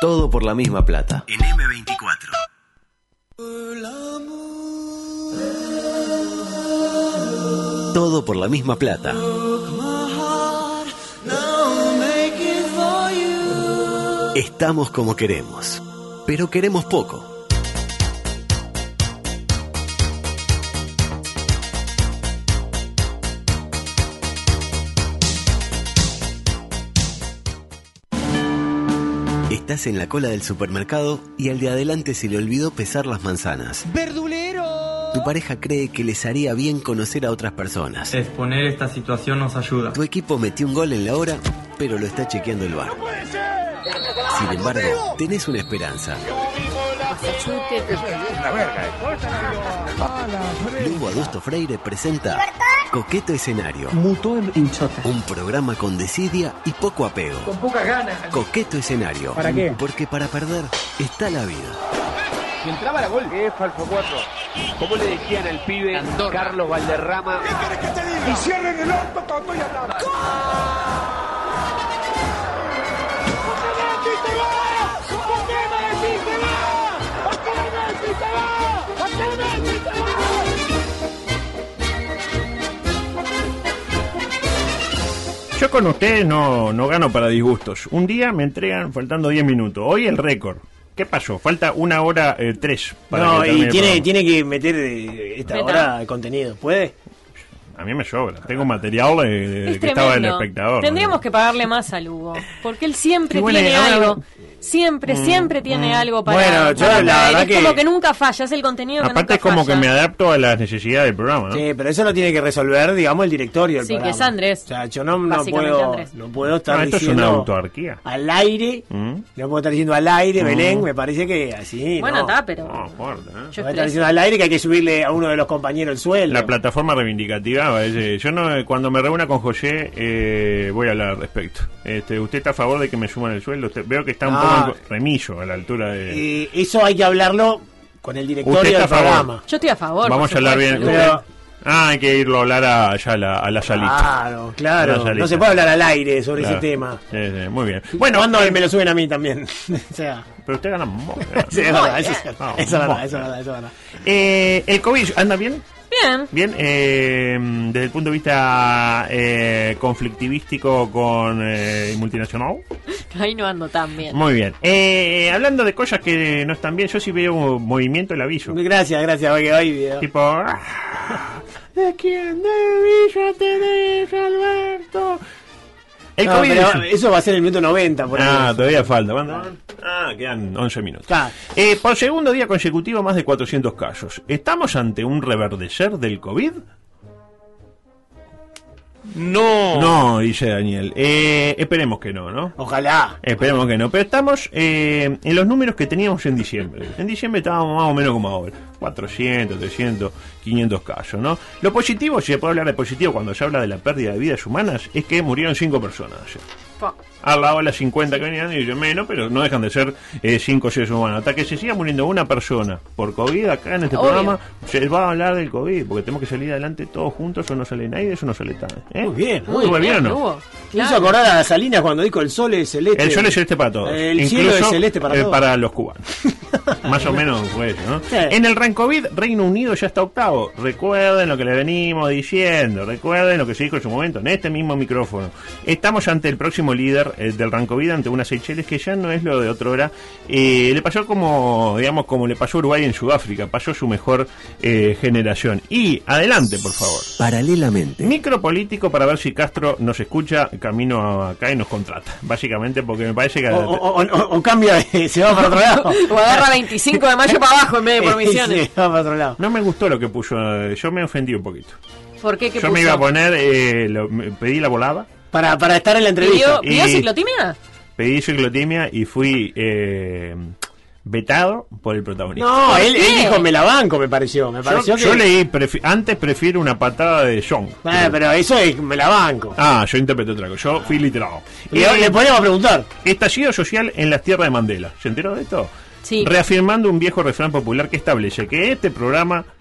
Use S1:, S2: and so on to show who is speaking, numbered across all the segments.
S1: Todo por la misma plata. En M24. Todo por la misma plata. Estamos como queremos, pero queremos poco. Estás en la cola del supermercado y al de adelante se le olvidó pesar las manzanas.
S2: ¡Verdulero!
S1: Tu pareja cree que les haría bien conocer a otras personas.
S3: Exponer esta situación nos ayuda.
S1: Tu equipo metió un gol en la hora, pero lo está chequeando el VAR. ¡No puede ser! Sin embargo, tenés una esperanza. Lugo Adusto Freire presenta Coqueto Escenario. Un programa con desidia y poco apego.
S2: Con pocas ganas.
S1: Coqueto Escenario.
S2: ¿Para qué?
S1: Porque para perder está la vida.
S4: Si entraba la gol, es falso 4. ¿Cómo le decían al pibe Andorra? Carlos Valderrama?
S2: ¿Qué querés que te diga? Y cierren el orto cuando estoy hablando.
S5: Yo con ustedes no gano para disgustos. Un día me entregan faltando 10 minutos. Hoy el récord. ¿Qué pasó? Falta 1 hora 3 para
S6: no,
S5: que
S6: y
S5: termine
S6: tiene que meter esta hora de contenido. ¿Puede?
S5: A mí me sobra. Tengo material que estaba en el espectador.
S7: Tendríamos que pagarle más a Lugo, porque él siempre tiene algo. Siempre tiene algo para...
S6: Bueno, yo la verdad
S7: es como que nunca falla, es el contenido
S5: aparte
S7: que nunca
S5: es como
S7: falla.
S5: que me adapto a las necesidades del programa, ¿no?
S6: Sí, pero eso lo tiene que resolver, digamos, el directorio del programa.
S7: Sí, que es Andrés.
S6: O sea, yo no puedo estar
S5: esto
S6: diciendo...
S5: es una autarquía.
S6: Al aire, no puedo estar diciendo al aire, Belén, me parece que así,
S7: bueno,
S6: no.
S7: está, pero...
S5: No, fuerte, ¿eh?
S6: Yo voy a estar diciendo al aire que hay que subirle a uno de los compañeros el sueldo.
S5: La plataforma reivindicativa, yo no, cuando me reúna con José voy a hablar al respecto. ¿Usted está a favor de que me suban el sueldo? Veo que está un poco remiso a la altura de...
S6: Eso hay que hablarlo con el directorio del programa.
S7: Yo estoy a favor.
S5: Vamos a hablar bien.
S6: Pero...
S5: hay que irlo a hablar allá a la salita.
S6: Claro. No se puede hablar al aire sobre ese tema.
S5: Sí, muy bien. Bueno,
S6: cuando me lo suben a mí también. O sea...
S5: Pero usted gana muy bien.
S6: Sí, es verdad, eso es verdad.
S5: ¿El COVID anda bien?
S7: Bien,
S5: desde el punto de vista conflictivístico con multinacional.
S7: Ahí no ando tan bien.
S5: Muy bien. Hablando de cosas que no están bien, yo sí veo un movimiento, el aviso.
S6: Gracias, hoy
S5: tipo... ¿De quién de Villa tenés, Alberto? El
S6: no,
S5: COVID
S6: pero eso va a ser el minuto 90. Por
S5: todavía falta. Quedan 11 minutos. Claro. Por segundo día consecutivo, más de 400 casos. ¿Estamos ante un reverdecer del COVID? No, dice Daniel. Esperemos que no.
S6: Ojalá.
S5: Esperemos que no. Pero estamos en los números que teníamos en diciembre. En diciembre estábamos más o menos como ahora. 400, 300, 500 casos, ¿no? Lo positivo, si se puede hablar de positivo cuando se habla de la pérdida de vidas humanas, es que murieron 5 personas ayer. Al lado de las 50 que venían, y yo menos, pero no dejan de ser 5 seres humanos. Hasta que se siga muriendo una persona por COVID acá en este programa, se va a hablar del COVID, porque tenemos que salir adelante todos juntos, o no sale nadie, eso no sale tan.
S6: Muy bien,
S5: bien,
S7: ¿no?
S6: Me hizo acordar a Salinas cuando dijo el sol es celeste.
S5: El sol es celeste para todos.
S6: El cielo es celeste para todos.
S5: Para los cubanos. Más o menos fue eso, ¿no? Sí. En el Rancovid, Reino Unido ya está octavo. Recuerden lo que le venimos diciendo, recuerden lo que se dijo en su momento, en este mismo micrófono. Estamos ante el próximo líder del Rancovid, ante unas Seychelles que ya no es lo de otra hora. Le pasó como le pasó a Uruguay en Sudáfrica, pasó su mejor generación. Y adelante, por favor.
S1: Paralelamente.
S5: Micropolítico para ver si Castro nos escucha, camino acá y nos contrata. Básicamente porque me parece que...
S6: O cambia, se va para otro lado.
S7: O agarra 25 de mayo para abajo en vez de por misiones.
S6: Se va para otro lado.
S5: No me gustó lo que puso, yo me ofendí un poquito.
S7: ¿Por qué? ¿Qué
S5: yo
S7: puso?
S5: me iba a poner, pedí la volada.
S6: Para estar en la entrevista.
S7: ¿Pidió ciclotimia?
S5: Pedí ciclotimia y fui vetado por el protagonista.
S6: No, él dijo me la banco, me pareció.
S5: Yo leí, antes prefiero una patada de John.
S6: Pero eso es me la banco.
S5: Yo interpreté otra cosa, yo fui literal.
S6: Le podríamos preguntar.
S5: Estallido social en las tierras de Mandela. ¿Se enteró de esto?
S7: Sí.
S5: Reafirmando un viejo refrán popular que establece que este programa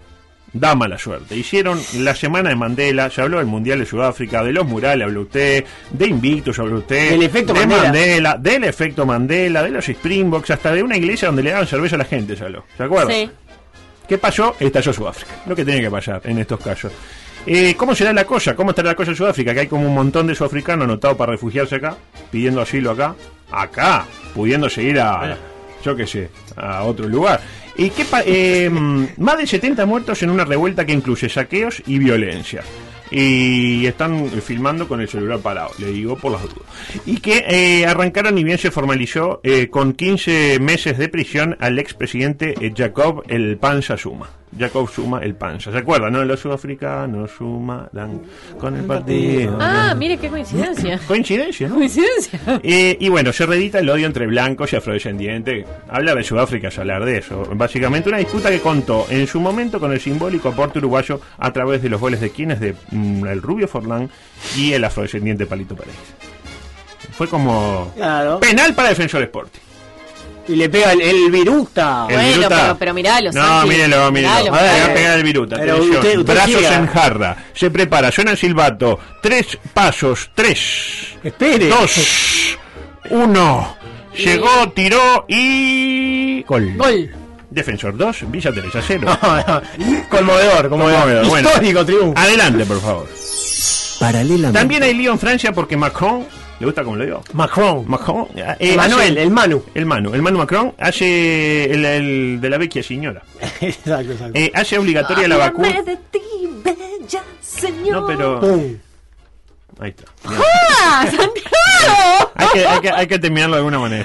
S5: da mala suerte. Hicieron la semana de Mandela, se habló del Mundial de Sudáfrica, de los murales habló usted, de Invictus habló usted,
S6: del efecto
S5: de
S6: Mandela,
S5: del efecto Mandela, de los Springboks, hasta de una iglesia donde le daban cerveza a la gente, se habló. ¿Se acuerdan?
S7: Sí.
S5: ¿Qué pasó? Estalló Sudáfrica. Lo que tenía que pasar en estos casos. ¿Cómo será la cosa? ¿Cómo estará la cosa en Sudáfrica? Que hay como un montón de sudafricanos anotados para refugiarse acá, pidiendo asilo acá, pudiéndose ir a, yo qué sé, a otro lugar. Más de 70 muertos en una revuelta que incluye saqueos y violencia. Y están filmando con el celular parado, le digo por las dudas. Y que arrancaron, y bien se formalizó, con 15 meses de prisión al expresidente Jacob el Panza Zuma. Jacob Zuma el Panza. ¿Se acuerdan, no? Los sudafricanos sumarán con el partido.
S7: Ah, mire qué coincidencia.
S5: Coincidencia, ¿no?
S7: Coincidencia.
S5: Y bueno, se reedita el odio entre blancos y afrodescendientes. Hablar de Sudáfrica es hablar de eso. Básicamente una disputa que contó en su momento con el simbólico aporte uruguayo a través de los goles de quienes de el rubio Forlán y el afrodescendiente Palito Pérez. Fue como penal para Defensor Sporting.
S6: Y le pega el Viruta.
S7: Bueno, pero miralo.
S5: No, mírelo. Le va a pegar el Viruta.
S6: Usted
S5: brazos
S6: siga.
S5: en jarra. Se prepara, suena el silbato. 3 pasos. 3.
S6: Espere.
S5: 2. 1. Llegó, tiró y... Gol. Defensor 2, Villa Teresa 0.
S6: Conmovedor.
S5: Bueno,
S6: histórico triunfo.
S5: Adelante, por favor.
S1: Paralelamente.
S5: También hay lío en Francia porque Macron... ¿Le gusta cómo lo digo?
S6: Macron.
S5: El Manu Macron hace el de la vecchia señora.
S6: Exacto.
S5: Hace obligatoria la vacuna.
S7: De ti, bella señor.
S5: No, pero...
S6: ¡Pum!
S5: Ahí está.
S7: ¡Ah, Santiago!
S5: Hay que terminarlo de alguna manera.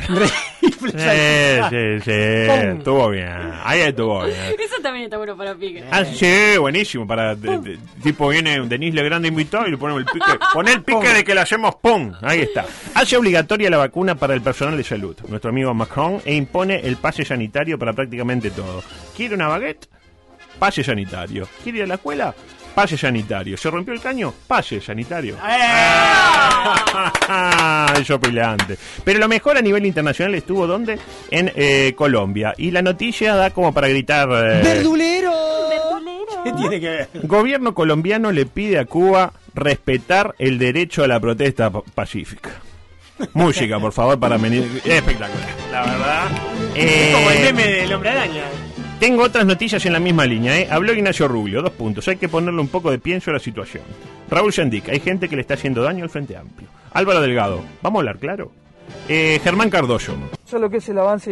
S5: Sí. Estuvo bien. Ahí estuvo bien.
S7: Eso también está bueno para pique.
S5: Sí, buenísimo. Tipo viene Denis Legrand invitado y le ponemos el pique. Poné el pique de que le hacemos ¡pum! Ahí está. Hace obligatoria la vacuna para el personal de salud. Nuestro amigo Macron impone el pase sanitario para prácticamente todo. ¿Quiere una baguette? Pase sanitario. ¿Quiere ir a la escuela? Pase sanitario. ¿Se rompió el caño? Pase sanitario. Eso peleante. Pero lo mejor a nivel internacional estuvo ¿dónde? En Colombia. Y la noticia da como para gritar...
S6: ¡Verdulero! ¿Qué tiene que ver?
S5: Gobierno colombiano le pide a Cuba respetar el derecho a la protesta pacífica. Música, por favor, para venir. Espectacular, la verdad.
S6: Como el meme del Hombre Araña.
S5: Tengo otras noticias en la misma línea, Habló Ignacio Rubio, 2 puntos. Hay que ponerle un poco de pienso a la situación. Raúl Sendic, hay gente que le está haciendo daño al Frente Amplio. Álvaro Delgado, vamos a hablar claro. Germán Cardoso.
S8: Eso es lo que es el avance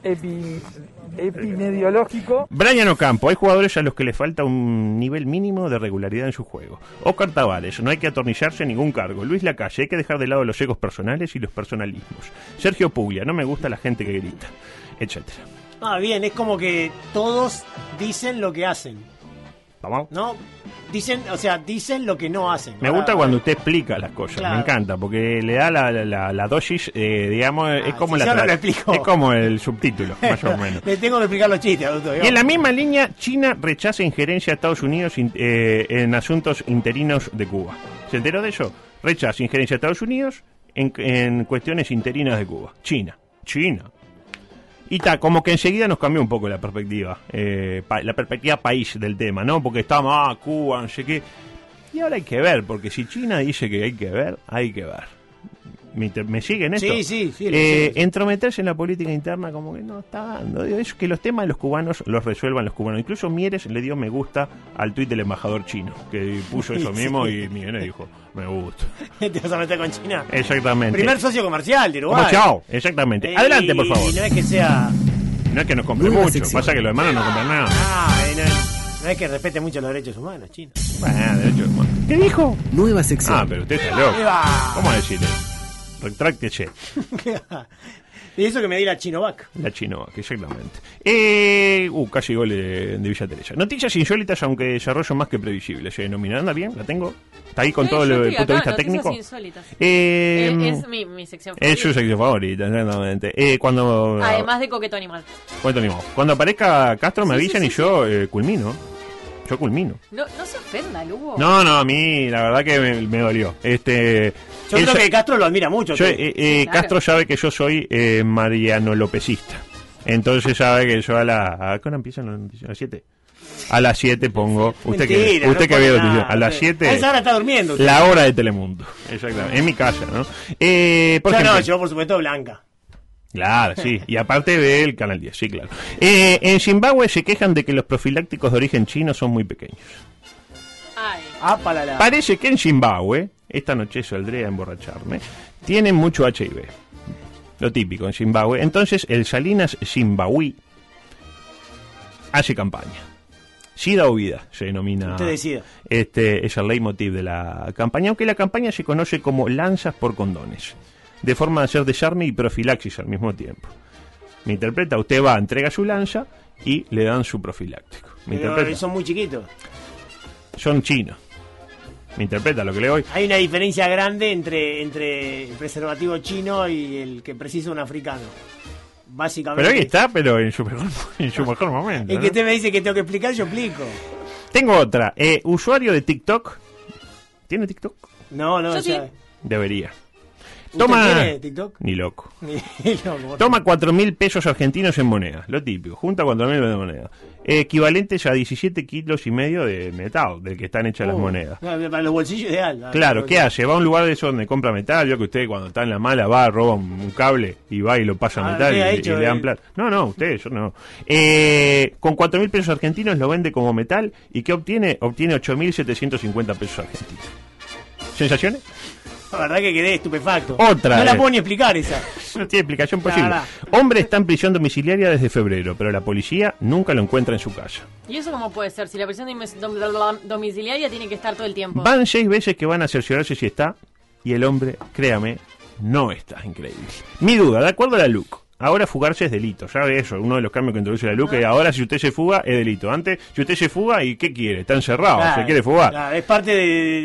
S8: epidemiológico.
S5: Brian Ocampo, hay jugadores a los que les falta un nivel mínimo de regularidad en su juego. Oscar Tavares, no hay que atornillarse ningún cargo. Luis Lacalle, hay que dejar de lado los egos personales y los personalismos. Sergio Puglia, no me gusta la gente que grita, etcétera.
S6: Bien, es como que todos dicen lo que hacen.
S5: ¿Vamos?
S6: ¿No? Dicen lo que no hacen.
S5: Me gusta cuando usted explica las cosas, claro. Me encanta, porque le da la dosis, digamos, es como es como el subtítulo, más o menos.
S6: Le tengo que explicar los chistes, adulto.
S5: Y en la misma línea, China rechaza injerencia a Estados Unidos en asuntos interinos de Cuba. ¿Se enteró de eso? Rechaza injerencia a Estados Unidos en cuestiones interinas de Cuba. China. Y como que enseguida nos cambió un poco la perspectiva, la perspectiva país del tema, ¿no? Porque estábamos, Cuba, no sé qué. Y ahora hay que ver, porque si China dice que hay que ver, hay que ver. ¿Me siguen esto?
S6: Sí.
S5: Entrometerse en la política interna como que no está dando. Es que los temas de los cubanos los resuelvan los cubanos. Incluso Mieres le dio me gusta al tuit del embajador chino, que puso eso mismo y Mieres dijo, me gusta.
S6: ¿Te vas a meter con China?
S5: Exactamente.
S6: Primer socio comercial de Uruguay.
S5: Chao, exactamente. Adelante, por favor.
S6: No es que sea...
S5: No es que nos compre mucho, pasa que los hermanos no compran nada.
S6: No es que respete mucho los derechos humanos, China.
S5: Bueno, derechos humanos. ¿Qué dijo?
S1: Nueva sección.
S5: Pero usted está loco. ¿Cómo decirle? Retráctese.
S6: Y eso que me di la Chinovac.
S5: La Chinovac, exactamente. Casi gol de Villa Teresa. Noticias insólitas, aunque desarrollo más que previsible. ¿Se denomina? ¿Anda bien? ¿La tengo? ¿Está ahí con todo el punto de vista técnico?
S7: Es mi sección favorita.
S5: Es su sección favorita, exactamente.
S7: Además de Coqueto Animal.
S5: Cuando aparezca Castro me avisan y yo culmino. Yo culmino.
S7: No se ofenda, Lugo.
S5: No, a mí la verdad que me dolió.
S6: Yo creo que Castro lo admira mucho.
S5: Claro. Castro sabe que yo soy Mariano Lopecista. Entonces sabe que yo ¿a qué hora empiezan las noticias? ¿A las 7? A las 7 pongo. Usted
S6: Mentira,
S5: que
S6: no
S5: ve
S6: pone
S5: noticias.
S6: nada.
S5: A las 7.
S6: A esa hora está durmiendo usted.
S5: La hora de Telemundo. Exactamente. En mi casa, ¿no?
S6: Yo por supuesto blanca.
S5: Claro, sí. Y aparte ve el Canal 10, sí, claro. En Zimbabue se quejan de que los profilácticos de origen chino son muy pequeños. Parece que en Zimbabue, esta noche saldré a emborracharme, tienen mucho HIV. Lo típico en Zimbabue. Entonces el Salinas Zimbabue hace campaña. SIDA o vida se denomina.
S6: Usted decida.
S5: Es el leitmotiv de la campaña, aunque la campaña se conoce como lanzas por condones, de forma de hacer desarme y profilaxis al mismo tiempo. Me interpreta, usted va, entrega su lanza y le dan su profiláctico. ¿Me interpreta?
S6: Son muy chiquitos.
S5: Son chinos. ¿Me interpreta lo que le doy?
S6: Hay una diferencia grande entre el preservativo chino y el que precisa un africano. Básicamente.
S5: Pero ahí está, pero en su mejor momento.
S6: El que usted me dice que tengo que explicar, yo explico.
S5: Tengo otra. Usuario de TikTok. ¿Tiene TikTok?
S6: No,
S7: Yo sí.
S5: Debería.
S6: ¿Usted
S5: Toma.
S6: tiene TikTok?
S5: Ni loco.
S6: Ni loco.
S5: Toma 4.000 pesos argentinos en moneda. Lo típico. Junta 4.000 de moneda. Equivalentes a 17 kilos y medio de metal, del que están hechas las monedas.
S6: Para los bolsillos ideal.
S5: Claro, ¿qué hace? Va a un lugar de eso donde compra metal. Vio que usted cuando está en la mala va, roba un cable y va y lo pasa a metal y le dan plata. No, usted, yo no. Con 4.000 pesos argentinos lo vende como metal. ¿Y qué obtiene? Obtiene 8.750 pesos argentinos. ¿Sensaciones?
S6: La verdad que quedé estupefacto.
S5: Otra.
S6: No la puedo ni explicar esa.
S5: No tiene explicación posible. Hombre está en prisión domiciliaria desde febrero, pero la policía nunca lo encuentra en su casa.
S7: ¿Y eso cómo puede ser? Si la prisión domiciliaria tiene que estar todo el tiempo.
S5: Van 6 veces que van a cerciorarse si está, y el hombre, créame, no está. Increíble. Mi duda, de acuerdo a la LUC, ahora fugarse es delito, ¿sabe eso? Uno de los cambios que introduce la LUC es ahora si usted se fuga es delito. Antes, si usted se fuga, ¿y qué quiere? Está encerrado, se quiere fugar.
S6: Claro, es parte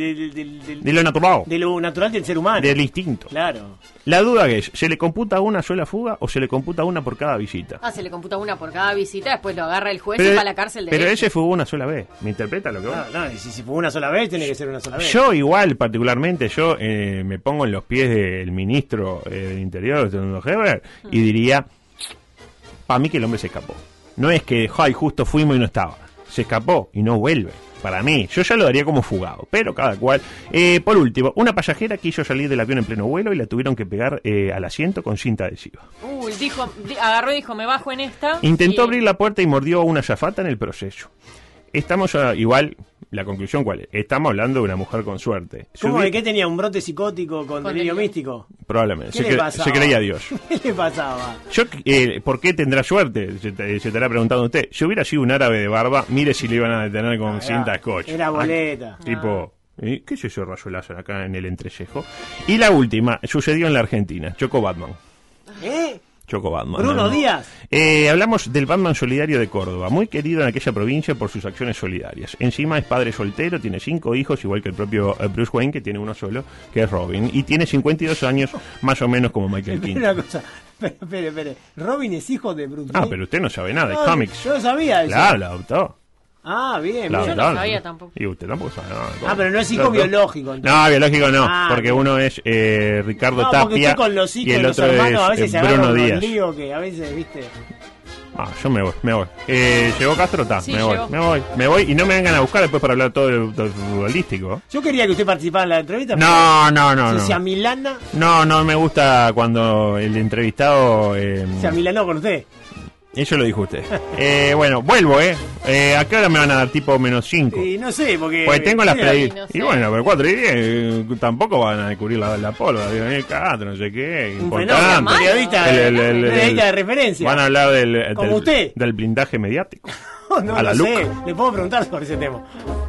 S5: de lo natural.
S6: De lo natural del ser humano.
S5: Del instinto.
S6: Claro.
S5: La duda es, ¿se le computa una sola fuga o se le computa una por cada visita?
S7: Se le computa una por cada visita, después lo agarra el juez y va a la cárcel de
S5: Pero
S7: hecho.
S5: ese fugó una sola vez. ¿Me interpreta lo que va?
S6: No, si se fugó una sola vez, tiene que ser una sola vez.
S5: Yo igual, particularmente, me pongo en los pies del ministro del Interior, Heber, y diría, para mí que el hombre se escapó. No es que, justo fuimos y no estaba. Se escapó y no vuelve. Para mí, yo ya lo daría como fugado, pero cada cual. Por último, una pasajera quiso salir del avión en pleno vuelo y la tuvieron que pegar al asiento con cinta adhesiva.
S7: Agarró y dijo, me bajo en esta.
S5: Intentó abrir la puerta y mordió a una azafata en el proceso. Estamos igual, la conclusión ¿cuál es? Estamos hablando de una mujer con suerte.
S6: ¿Cómo de qué tenía? ¿Un brote psicótico con delirio místico?
S5: Probablemente,
S6: se
S5: creía Dios.
S6: ¿Qué le pasaba?
S5: ¿Por qué tendrá suerte? Se estará preguntando usted. Si hubiera sido un árabe de barba, mire si le iban a detener con cinta scotch.
S6: Era boleta.
S5: Tipo, ¿qué es ese rayo láser acá en el entrecejo? Y la última, sucedió en la Argentina. Chocó Batman. Chocó Batman.
S6: Bruno Díaz.
S5: Hablamos del Batman solidario de Córdoba, muy querido en aquella provincia por sus acciones solidarias. Encima es padre soltero, tiene 5 hijos, igual que el propio Bruce Wayne, que tiene uno solo, que es Robin. Y tiene 52 años, más o menos como Michael Keaton.
S6: Una cosa, espere. Robin es hijo de Bruce Wayne.
S5: Pero usted no sabe nada de cómics.
S6: Yo no sabía eso.
S5: Claro, la adoptó.
S6: Bien.
S7: Yo no sabía tampoco.
S5: Y usted tampoco sabe nada.
S6: Pero no es hijo biológico. Entonces.
S5: No, biológico no, porque uno es Ricardo Tapia
S6: con los hijos
S5: y el otro
S6: hermanos,
S5: es
S6: a veces
S5: Bruno
S6: se
S5: Díaz.
S6: Lío que a veces, viste.
S5: Yo me voy. ¿Llegó Castro?
S7: Sí,
S5: me voy y no me vengan a buscar después para hablar todo del futbolístico.
S6: Yo quería que usted participara en la entrevista.
S5: No.
S6: Si se amilana.
S5: No me gusta cuando el entrevistado
S6: se amilanó con usted.
S5: Eso lo dijo usted. Bueno, vuelvo, ¿a qué hora me van a dar tipo -5?
S6: Y no sé, porque...
S5: Pues tengo las
S7: no sé.
S5: Y bueno, pero 4 y 10 tampoco van a descubrir la pólvora. No sé qué.
S6: Un
S5: Importante.
S6: periodista de referencia.
S5: Van a hablar
S6: usted.
S5: del blindaje mediático.
S6: No
S5: a la
S6: lo
S5: LUC.
S6: sé. Le puedo preguntar sobre ese tema.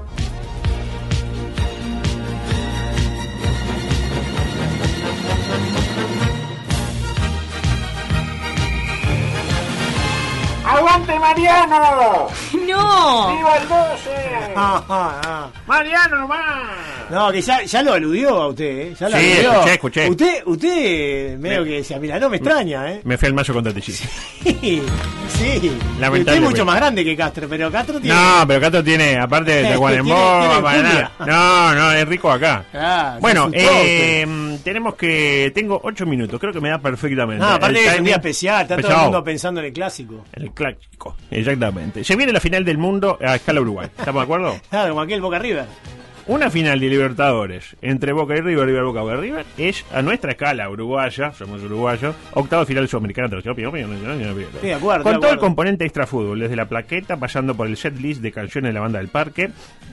S2: ¡Aguante Mariano!
S7: ¡No!
S2: ¡Viva el 12! ¡Mariano nomás!
S6: No, que ya lo aludió a usted, Ya lo
S5: Sí,
S6: aludió.
S5: escuché.
S6: Usted medio que se amilanó, me extraña,
S5: Me fue el mayo contra Tichín.
S6: Sí.
S5: Lamentablemente.
S6: Usted es mucho más grande que Castro, pero Castro tiene...
S5: No, pero Castro tiene, aparte de Tacuarembó,
S6: tiene
S5: no, es rico acá.
S6: Ah,
S5: Bueno, Tengo 8 minutos, creo que me da perfectamente.
S6: No, aparte
S5: El
S6: es un día
S5: timing-
S6: especial, está todo el
S5: Pesado.
S6: mundo pensando en el clásico.
S5: El clásico, exactamente. Se viene la final del mundo a escala Uruguay. ¿Estamos de acuerdo?
S6: Claro, como aquel Boca River.
S5: Una final de Libertadores entre Boca y River, Boca y River, es a nuestra escala uruguaya, somos uruguayos, octavo de final sudamericana.
S6: de acuerdo,
S5: Con
S6: de
S5: todo el
S6: acuerdo.
S5: componente extra fútbol, desde la plaqueta, pasando por el set list de canciones de la banda del parque,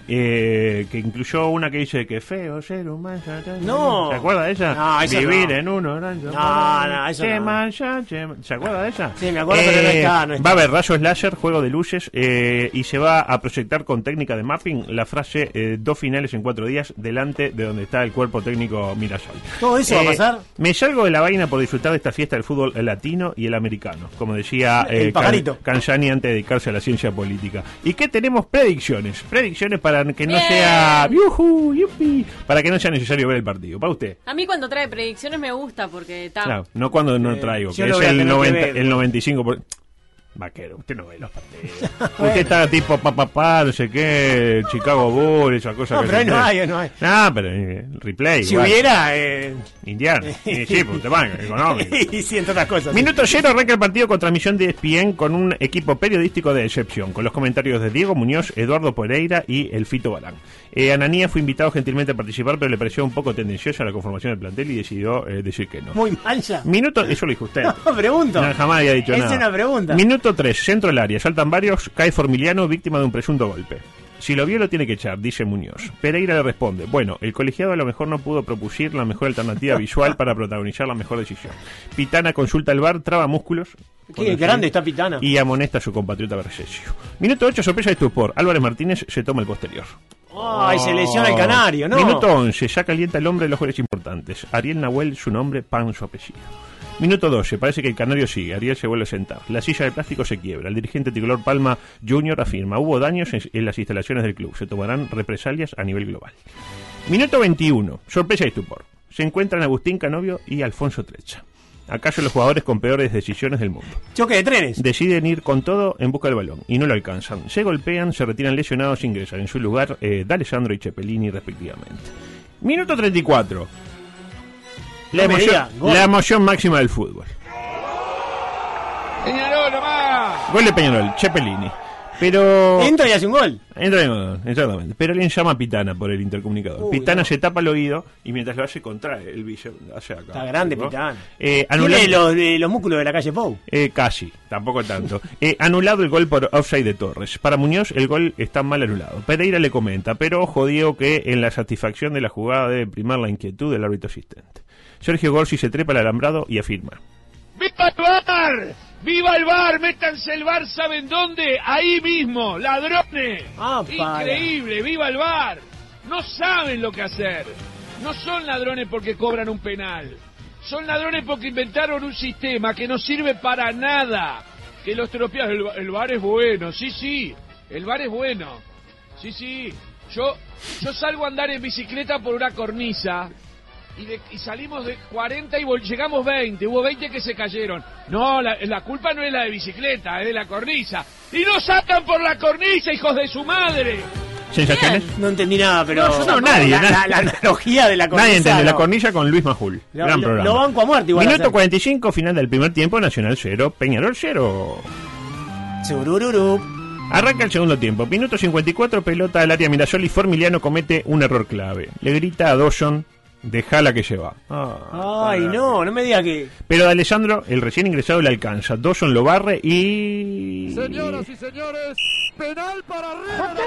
S5: que incluyó una que dice que feo ser humano.
S6: No.
S5: ¿Se acuerda de ella?
S6: No, esa
S5: Vivir
S6: no.
S5: en un orange.
S6: No, esa no.
S5: ¿Se acuerda de ella?
S6: Sí, me acuerdo, pero no está, no está.
S5: Va a haber rayos láser, juego de luces, y se va a proyectar con técnica de mapping la frase 2 finales en 4 días delante de donde está el cuerpo técnico Mirasol.
S6: ¿Todo eso va a pasar?
S5: Me salgo de la vaina por disfrutar de esta fiesta del fútbol latino y el americano, como decía
S6: El pajarito.
S5: Canjani antes de dedicarse a la ciencia política. ¿Y qué tenemos? Predicciones para que no
S7: Bien.
S5: sea ¡yujú! ¡Yupi! Para que no sea necesario ver el partido. ¿Para usted?
S7: A mí cuando trae predicciones me gusta porque está.
S5: Claro, no cuando no traigo,
S6: yo
S5: que
S6: lo
S5: es
S6: voy a
S5: el
S6: tener que
S5: 90,
S6: ver.
S5: el 95%. Vaquero, usted no ve los partidos. Usted está tipo no sé qué, Chicago Bulls, esa cosa.
S6: No,
S5: que
S6: pero ahí
S5: se
S6: no
S5: hace.
S6: hay, no hay.
S5: Ah, pero replay.
S6: Si
S5: igual.
S6: hubiera...
S5: Indiano. Sí, pues te van, económico.
S6: y cientos otras cosas.
S5: Minuto 0, arranca el partido con transmisión de ESPN con un equipo periodístico de excepción, con los comentarios de Diego Muñoz, Eduardo Pereira y el Fito Balán. Ananía fue invitado gentilmente a participar, pero le pareció un poco tendenciosa la conformación del plantel y decidió decir que no.
S6: Muy mancha.
S5: Minuto, eso lo dijo usted.
S6: No, pregunto.
S5: No, jamás había dicho
S6: Es
S5: nada.
S6: una pregunta.
S5: Minuto 3, centro del área, saltan varios, cae Formiliano, víctima de un presunto golpe. Si lo vio lo tiene que echar, dice Muñoz. Pereira le responde, bueno, el colegiado a lo mejor no pudo propusir la mejor alternativa visual para protagonizar la mejor decisión. Pitana consulta el VAR, traba músculos.
S6: Qué grande está Pitana.
S5: Y amonesta a su compatriota Vergesio. Minuto 8, sorpresa de Stupor. Álvarez Martínez se toma el posterior.
S6: Ay, se lesiona el canario, ¿no?
S5: Minuto 11, ya calienta el hombre de los goles importantes. Ariel Nahuel, su nombre, Pan, su apellido. Minuto 12, parece que el canario sigue, Ariel se vuelve a sentar. La silla de plástico se quiebra. El dirigente tricolor Palma Jr. afirma, hubo daños en las instalaciones del club. Se tomarán represalias a nivel global. Minuto 21, sorpresa y estupor. Se encuentran Agustín Canovio y Alfonso Trecha. ¿Acaso los jugadores con peores decisiones del mundo?
S6: Choque de trenes.
S5: Deciden ir con todo en busca del balón y no lo alcanzan. Se golpean, se retiran lesionados, ingresan en su lugar D'Alessandro y Cepelini respectivamente. Minuto 34. La emoción máxima del fútbol.
S2: Peñarol nomás.
S5: Gol de Peñarol, Cepelini. Pero...
S6: Entra y hace un gol.
S5: Exactamente. Pero le llama a Pitana por el intercomunicador.
S6: Uy,
S5: Pitana
S6: no.
S5: se tapa el oído y mientras lo hace contrae el bicho hacia acá.
S6: Está grande,
S5: ¿no?
S6: Pitana.
S5: Anulado,
S6: Tiene los músculos de la calle Pou.
S5: casi, tampoco tanto. Anulado el gol por offside de Torres. Para Muñoz el gol está mal anulado. Pereira le comenta, pero ojo Diego que en la satisfacción de la jugada debe primar la inquietud del árbitro asistente. Sergio Gorsi se trepa al alambrado y afirma.
S2: ¡Viva el VAR! ¡Viva el VAR! ¡Métanse el VAR! ¿Saben dónde? Ahí mismo, ladrones. Increíble, ¡viva el VAR! No saben lo que hacer. No son ladrones porque cobran un penal. Son ladrones porque inventaron un sistema que no sirve para nada. Que los tropeas. El VAR es bueno, sí. El VAR es bueno. Sí. Yo salgo a andar en bicicleta por una cornisa. Y salimos de 40 y llegamos 20. Hubo 20 que se cayeron. No, la culpa no es la de bicicleta, es de la cornisa. ¡Y no sacan por la cornisa, hijos de su madre!
S5: ¿Sensaciones?
S6: No entendí nada, pero...
S5: No, nadie.
S6: La analogía de la cornisa.
S5: Nadie entiende.
S6: no.
S5: La cornilla con Luis Majul. Gran programa.
S6: Lo banco a muerte igual.
S5: Minuto 45, final del primer tiempo, Nacional 0, Peñarol 0.
S6: Surururu.
S5: Arranca el segundo tiempo. Minuto 54, pelota al área Mirasol y Formiliano comete un error clave. Le grita a Dawson, dejala que se va.
S6: Ay, no me diga que...
S5: Pero de Alessandro, el recién ingresado, le alcanza. Dawson lo barre y...
S9: Señoras y señores, penal para River.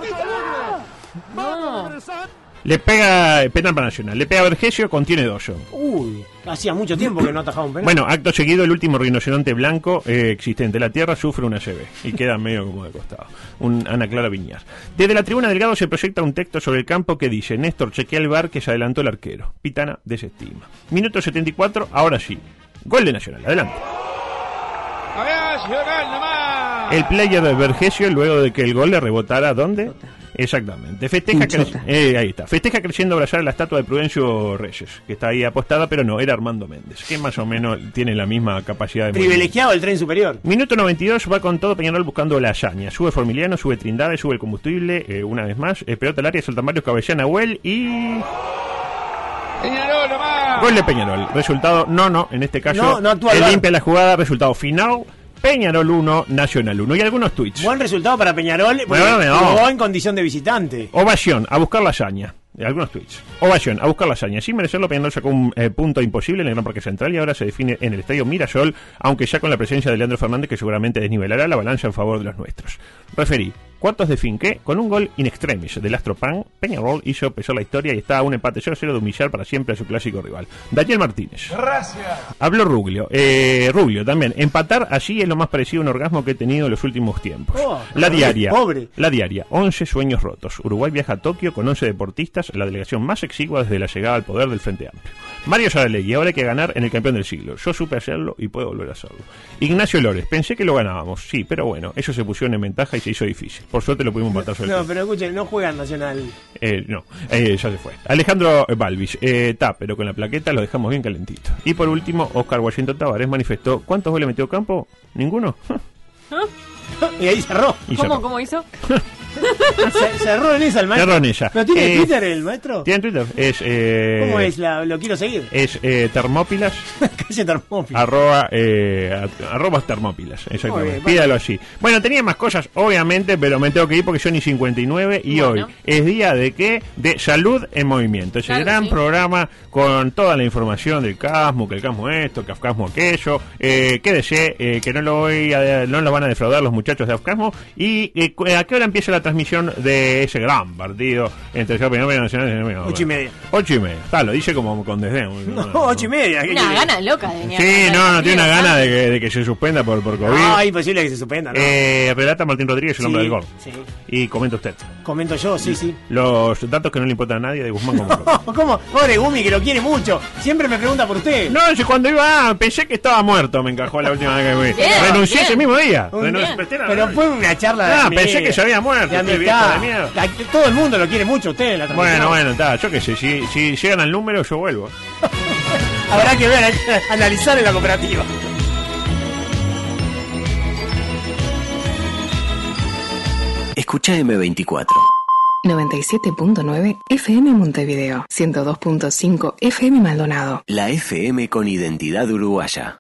S7: No.
S5: Le pega penal para Nacional. Le pega Vergesio, contiene Dawson.
S6: Uy, hacía mucho tiempo que no atajaba un penal.
S5: Bueno, acto seguido, el último rinoceronte blanco existente en la Tierra sufre una ACV y queda medio como de costado. Un Ana Clara Viñas. Desde la tribuna Delgado se proyecta un texto sobre el campo que dice: Néstor, chequea el VAR que se adelantó el arquero. Pitana desestima. Minuto 74, ahora sí. Gol de Nacional, adelante.
S2: A ver, Nacional nomás.
S5: El player de Vergesio, luego de que el gol le rebotara, ¿dónde? Exactamente. Festeja ahí está. Festeja creciendo abrazar a la estatua de Prudencio Reyes, que está ahí apostada, pero no, era Armando Méndez, que más o menos tiene la misma capacidad de
S6: privilegiado el tren superior.
S5: Minuto 92, va con todo Peñarol buscando la hazaña. Sube Formiliano, sube Trindade, sube el combustible, una vez más. Pelota al área, saltan varios, cabecea Nahuel y...
S2: Peñarol nomás.
S5: Gol de Peñarol. Resultado, en este caso,
S6: no actúa
S5: limpia la jugada, resultado final. Peñarol 1, Nacional 1. Y algunos tweets.
S6: Buen resultado para Peñarol, jugó en condición de visitante.
S5: Ovación, a buscar la hazaña. Algunos tweets. Ovación, a buscar la hazaña. Sin merecerlo, Peñarol sacó un punto imposible en el Gran Parque Central y ahora se define en el Estadio Mirasol, aunque ya con la presencia de Leandro Fernández, que seguramente desnivelará la balanza en favor de los nuestros. Referí. Cuartos de fin que, con un gol in extremis del Astro Pan, Peñarol hizo pesar la historia y está a un empate 0-0 de humillar para siempre a su clásico rival. Daniel Martínez.
S9: Gracias.
S5: Habló Ruglio. Ruglio también. Empatar allí es lo más parecido a un orgasmo que he tenido en los últimos tiempos. La diaria. La diaria. 11 sueños rotos. Uruguay viaja a Tokio con 11 deportistas, la delegación más exigua desde la llegada al poder del Frente Amplio. Mario Saralegui, ahora hay que ganar en el campeón del siglo. Yo supe hacerlo y puedo volver a hacerlo. Ignacio Lores, pensé que lo ganábamos, sí, pero bueno, ellos se pusieron en ventaja y se hizo difícil. Por suerte lo pudimos matar sobre
S6: No, pero escuchen, no juegan Nacional.
S5: Ya se fue. Alejandro Balvis, pero con la plaqueta lo dejamos bien calentito. Y por último, Oscar Washington Tavares manifestó, ¿cuántos goles metió Campo? ¿Ninguno?
S6: Y ahí cerró.
S7: ¿Cómo hizo?
S6: Cerró en esa el maestro.
S5: Cerró en ella.
S6: ¿Pero tiene Twitter el maestro?
S5: Tiene Twitter.
S6: ¿Cómo es? Lo quiero seguir.
S5: Es Termópilas.
S6: Calle Termópilas.
S5: Arroba Termópilas. Exactamente. Pídalo así. Bueno, tenía más cosas, obviamente, pero me tengo que ir porque son y 59 y hoy es día de ¿qué? De Salud en Movimiento. Ese gran programa con toda la información del CASMO, que el CASMO esto, que AFCASMO aquello. Quédese, que no lo van a defraudar los muchachos de AFCASMO. Y ¿a qué hora empieza la transmisión de ese gran partido entre el Peñarol y Nacional?
S6: 8:30.
S5: 8:30. Lo dice como con desdén.
S6: No, 8:30.
S7: Una gana loca de
S5: Sí, no tiene una gana de que se suspenda por COVID.
S6: No, imposible que se suspenda, ¿no?
S5: Relata Martín Rodríguez, el hombre del gol.
S6: Sí.
S5: Y comenta usted.
S6: Comento yo, sí.
S5: Los datos que no le importan a nadie de Guzmán como
S6: ¿Cómo? Pobre Gumi, que lo quiere mucho. Siempre me pregunta por usted.
S5: No, yo cuando iba, pensé que estaba muerto, me encajó la última vez que fui. Renuncié ese mismo día.
S6: Pero fue una charla de
S5: pensé que se había muerto.
S6: Todo el mundo lo quiere mucho, usted en la transmisión.
S5: Bueno, yo qué sé, si llegan al número yo vuelvo.
S6: Habrá que ver, analizar en la cooperativa.
S1: Escucha M24.
S10: 97.9 FM Montevideo, 102.5 FM Maldonado.
S1: La FM con identidad uruguaya.